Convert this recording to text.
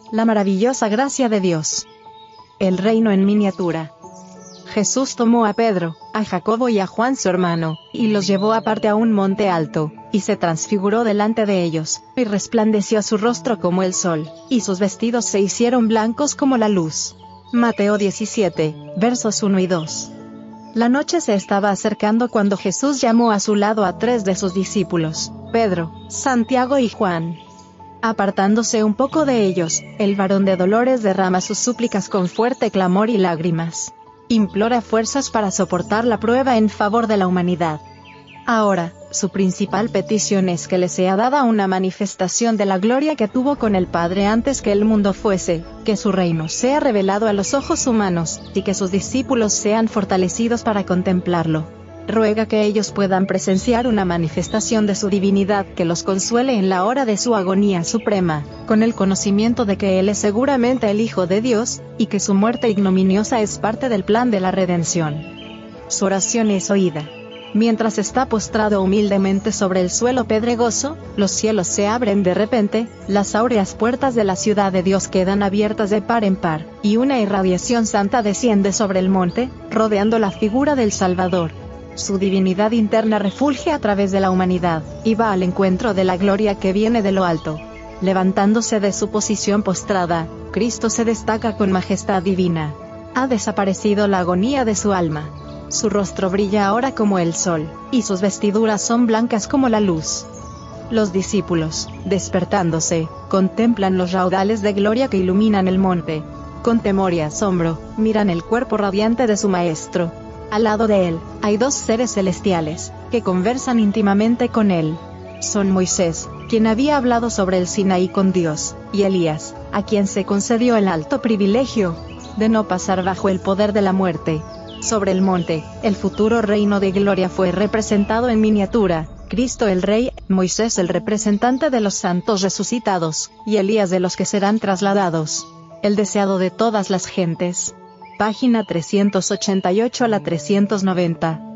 La maravillosa gracia de Dios. El reino en miniatura. Jesús tomó a Pedro, a Jacobo y a Juan su hermano, y los llevó aparte a un monte alto, y se transfiguró delante de ellos, y resplandeció su rostro como el sol, y sus vestidos se hicieron blancos como la luz. Mateo 17, versos 1 y 2. La noche se estaba acercando cuando Jesús llamó a su lado a 3 de sus discípulos, Pedro, Santiago y Juan. Apartándose un poco de ellos, el varón de dolores derrama sus súplicas con fuerte clamor y lágrimas. Implora fuerzas para soportar la prueba en favor de la humanidad. Ahora, su principal petición es que le sea dada una manifestación de la gloria que tuvo con el Padre antes que el mundo fuese, que su reino sea revelado a los ojos humanos, y que sus discípulos sean fortalecidos para contemplarlo. Ruega que ellos puedan presenciar una manifestación de su divinidad que los consuele en la hora de su agonía suprema, con el conocimiento de que Él es seguramente el Hijo de Dios, y que su muerte ignominiosa es parte del plan de la redención. Su oración es oída. Mientras está postrado humildemente sobre el suelo pedregoso, los cielos se abren de repente, las áureas puertas de la ciudad de Dios quedan abiertas de par en par, y una irradiación santa desciende sobre el monte, rodeando la figura del Salvador. Su divinidad interna refulge a través de la humanidad, y va al encuentro de la gloria que viene de lo alto. Levantándose de su posición postrada, Cristo se destaca con majestad divina. Ha desaparecido la agonía de su alma. Su rostro brilla ahora como el sol, y sus vestiduras son blancas como la luz. Los discípulos, despertándose, contemplan los raudales de gloria que iluminan el monte. Con temor y asombro, miran el cuerpo radiante de su Maestro. Al lado de él, hay 2 seres celestiales, que conversan íntimamente con él. Son Moisés, quien había hablado sobre el Sinaí con Dios, y Elías, a quien se concedió el alto privilegio de no pasar bajo el poder de la muerte. Sobre el monte, el futuro reino de gloria fue representado en miniatura, Cristo el Rey, Moisés el representante de los santos resucitados, y Elías de los que serán trasladados. El deseado de todas las gentes. Página 388 a la 390.